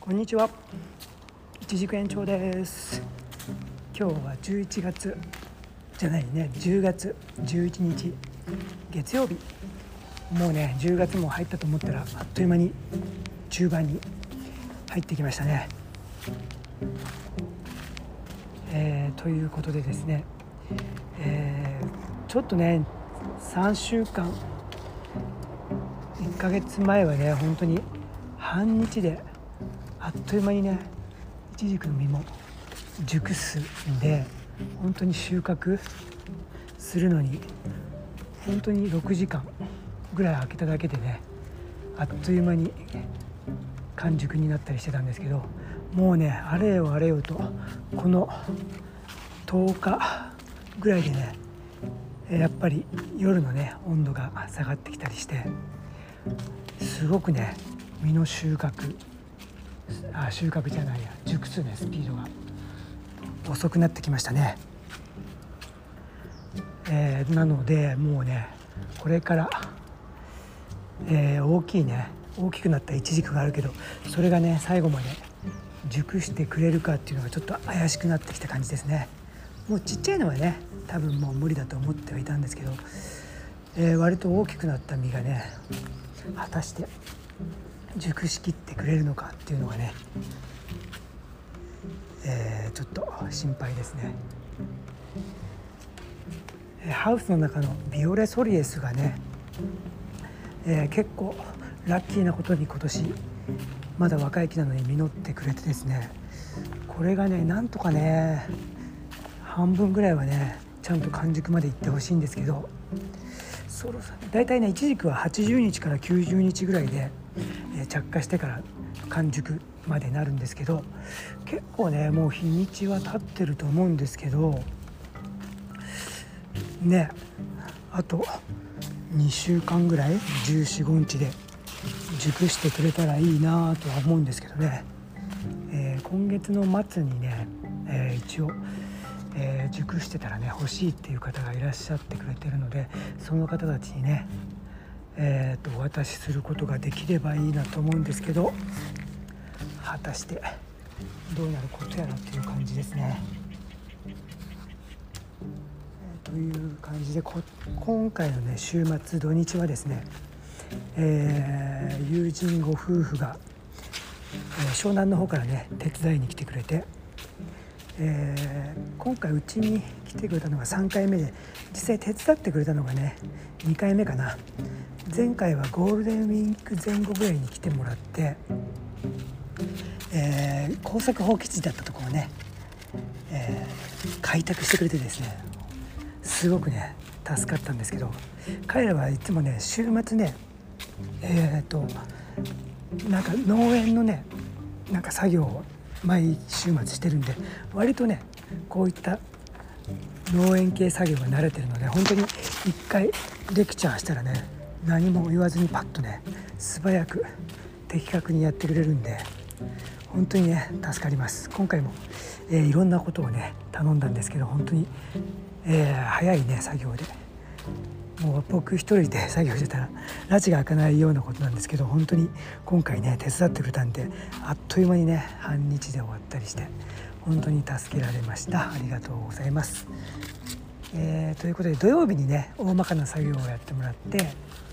こんにちは。一軸延長です。今日は10月11日月曜日。もうね10月も入ったと思ったらあっという間に中盤に入ってきましたね。ということでですね、ちょっとね3週間1ヶ月前はね本当に半日であっという間にねイチジクの実も熟すんで、本当に収穫するのに本当に6時間ぐらい空けただけでねあっという間に完熟になったりしてたんですけど、もうねあれよあれよとこの10日ぐらいでねやっぱり夜のね温度が下がってきたりして、すごくね実の収穫じゃないや熟すねスピードが遅くなってきましたね。なのでもうねこれから、大きくなったイチジクがあるけど、それがね最後まで熟してくれるかっていうのがちょっと怪しくなってきた感じですね。もうちっちゃいのはね多分もう無理だと思ってはいたんですけど、割と大きくなった実がね果たして熟しきってくれるのかっていうのがね、ちょっと心配ですね。ハウスの中のビオレソリエスがね、結構ラッキーなことに今年まだ若い木なのに実ってくれてですね、これがねなんとかね半分ぐらいはねちゃんと完熟までいってほしいんですけど、だいたいねイチジクは80日から90日ぐらいで、着火してから完熟までなるんですけど、結構ねもう日にちは経ってると思うんですけどね、あと2週間ぐらい14、15日で熟してくれたらいいなとは思うんですけどね、今月の末にね、一応、熟してたらね欲しいっていう方がいらっしゃってくれてるので、その方たちにね、お渡しすることができればいいなと思うんですけど、果たしてどうなることやらっていう感じですね。という感じで今回のね週末土日はですね、友人ご夫婦が、湘南の方からね手伝いに来てくれて、今回うちに来てくれたのが3回目で、実際手伝ってくれたのがね2回目かな。前回はゴールデンウィーク前後ぐらいに来てもらって、耕作放棄地だったところをね、開拓してくれてですねすごくね助かったんですけど、彼らはいつもね週末ねなんか農園のねなんか作業を毎週末してるんで、割とねこういった農園系作業が慣れてるので、本当に一回レクチャーしたらね何も言わずにパッとね素早く的確にやってくれるんで、本当にね助かります。今回も、いろんなことをね頼んだんですけど、本当に、早いね作業で、もう僕一人で作業してたら拉致が開かないようなことなんですけど、本当に今回ね手伝ってくれたんであっという間にね半日で終わったりして本当に助けられました。ありがとうございます。ということで土曜日にね大まかな作業をやってもらって、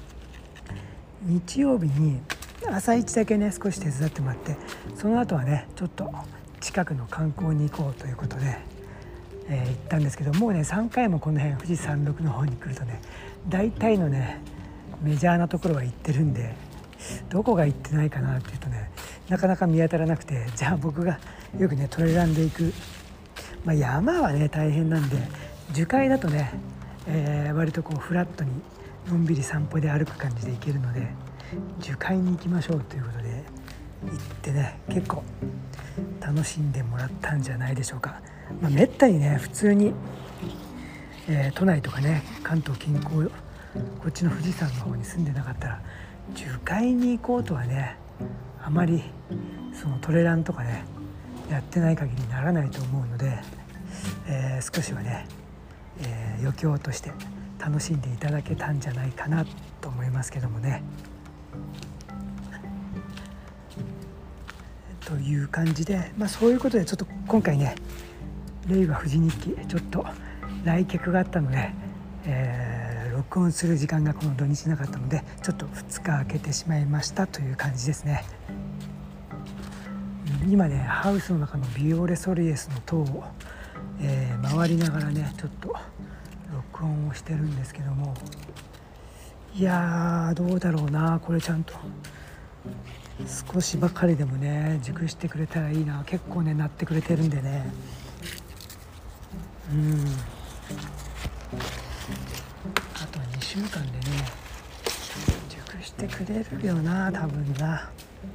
日曜日に朝一だけね少し手伝ってもらって、その後はねちょっと近くの観光に行こうということで、行ったんですけど、もうね3回もこの辺富士山麓の方に来るとね大体のねメジャーなところは行ってるんで、どこが行ってないかなっていうとねなかなか見当たらなくて、じゃあ僕がよくねトレランで行く、山はね大変なんで、樹海だとね、割とこうフラットにのんびり散歩で歩く感じで行けるので、樹海に行きましょうということで行ってね結構楽しんでもらったんじゃないでしょうか。めったにね普通に、都内とかね関東近郊こっちの富士山の方に住んでなかったら樹海に行こうとはねあまりそのトレランとかねやってない限りならないと思うので、少しはね、余興として楽しんでいただけたんじゃないかなと思いますけどもね。 という感じで、そういうことでちょっと今回ね令和富士日記ちょっと来客があったので、録音する時間がこの土日なかったのでちょっと2日空けてしまいましたという感じですね。今ねハウスの中のビオレソリエスの塔を、回りながらねちょっと録音をしてるんですけども、いやーどうだろうな、これちゃんと少しばかりでもね熟してくれたらいいな。結構ね鳴ってくれてるんでね、あと2週間でね熟してくれるよな多分な。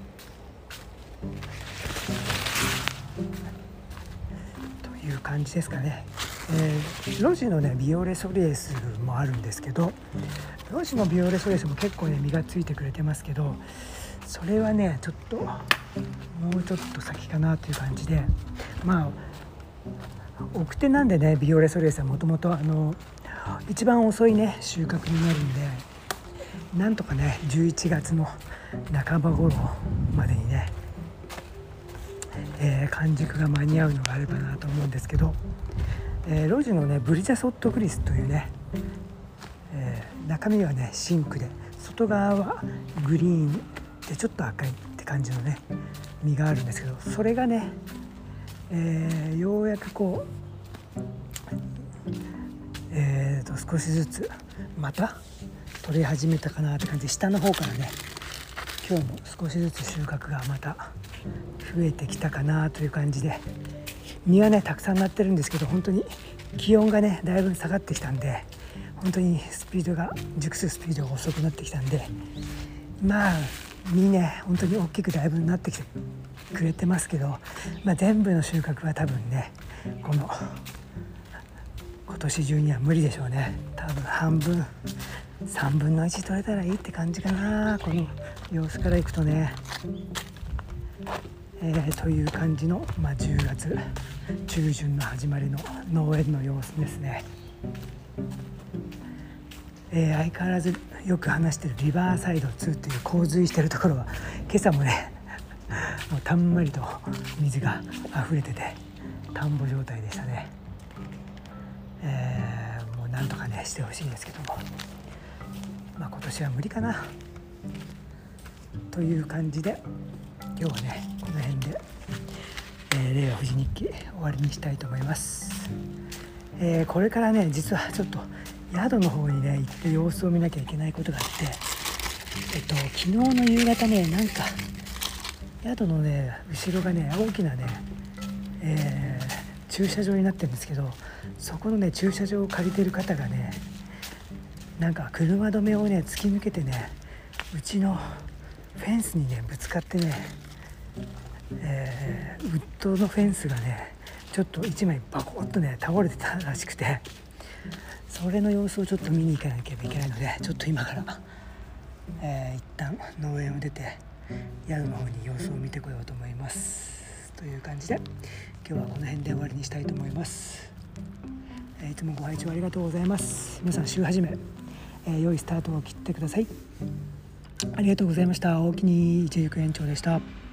という感じですかね。ロジのねビオレソリエスもあるんですけど、ロジのビオレソリエスも結構ね実がついてくれてますけど、それはねちょっともうちょっと先かなという感じで、奥手なんでねビオレソリエスはもともと一番遅いね収穫になるんで、なんとかね11月の半ば頃までにね、完熟が間に合うのがあればなと思うんですけど、ロジのねブリジャソットグリスというね、中身はねシンクで外側はグリーンでちょっと赤いって感じのね実があるんですけど、それがね、ようやくこう、少しずつまた取れ始めたかなって感じで、下の方からね今日も少しずつ収穫がまた増えてきたかなという感じで、実はねたくさんなってるんですけど、本当に気温がねだいぶ下がってきたんで、本当にスピードが熟すスピードが遅くなってきたんで、実ね本当に大きくだいぶなってきてくれてますけど、全部の収穫は多分ね今年中には無理でしょうね。多分半分3分の1取れたらいいって感じかな、この様子からいくとね。という感じの、10月中旬の始まりの農園の様子ですね。相変わらずよく話しているリバーサイド2という洪水しているところは今朝もねもうたんまりと水が溢れてて田んぼ状態でしたね。もうなんとかねしてほしいですけども、今年は無理かなという感じで、今日はねこの辺で、令和富士日記終わりにしたいと思います。これからね実はちょっと宿の方にね行って様子を見なきゃいけないことがあって、昨日の夕方ねなんか宿のね後ろがね大きなね、駐車場になってるんですけど、そこのね駐車場を借りてる方がねなんか車止めをね突き抜けてねうちのフェンスにねぶつかってね、ウッドのフェンスがねちょっと1枚バコッとね倒れてたらしくて、それの様子をちょっと見に行かなきゃいけないので、ちょっと今から、一旦農園を出て宿の方に様子を見てこようと思いますという感じで、今日はこの辺で終わりにしたいと思います。いつもご拝聴ありがとうございます。皆さん週始め、良いスタートを切ってください。ありがとうございました。大木に一軸園長でした。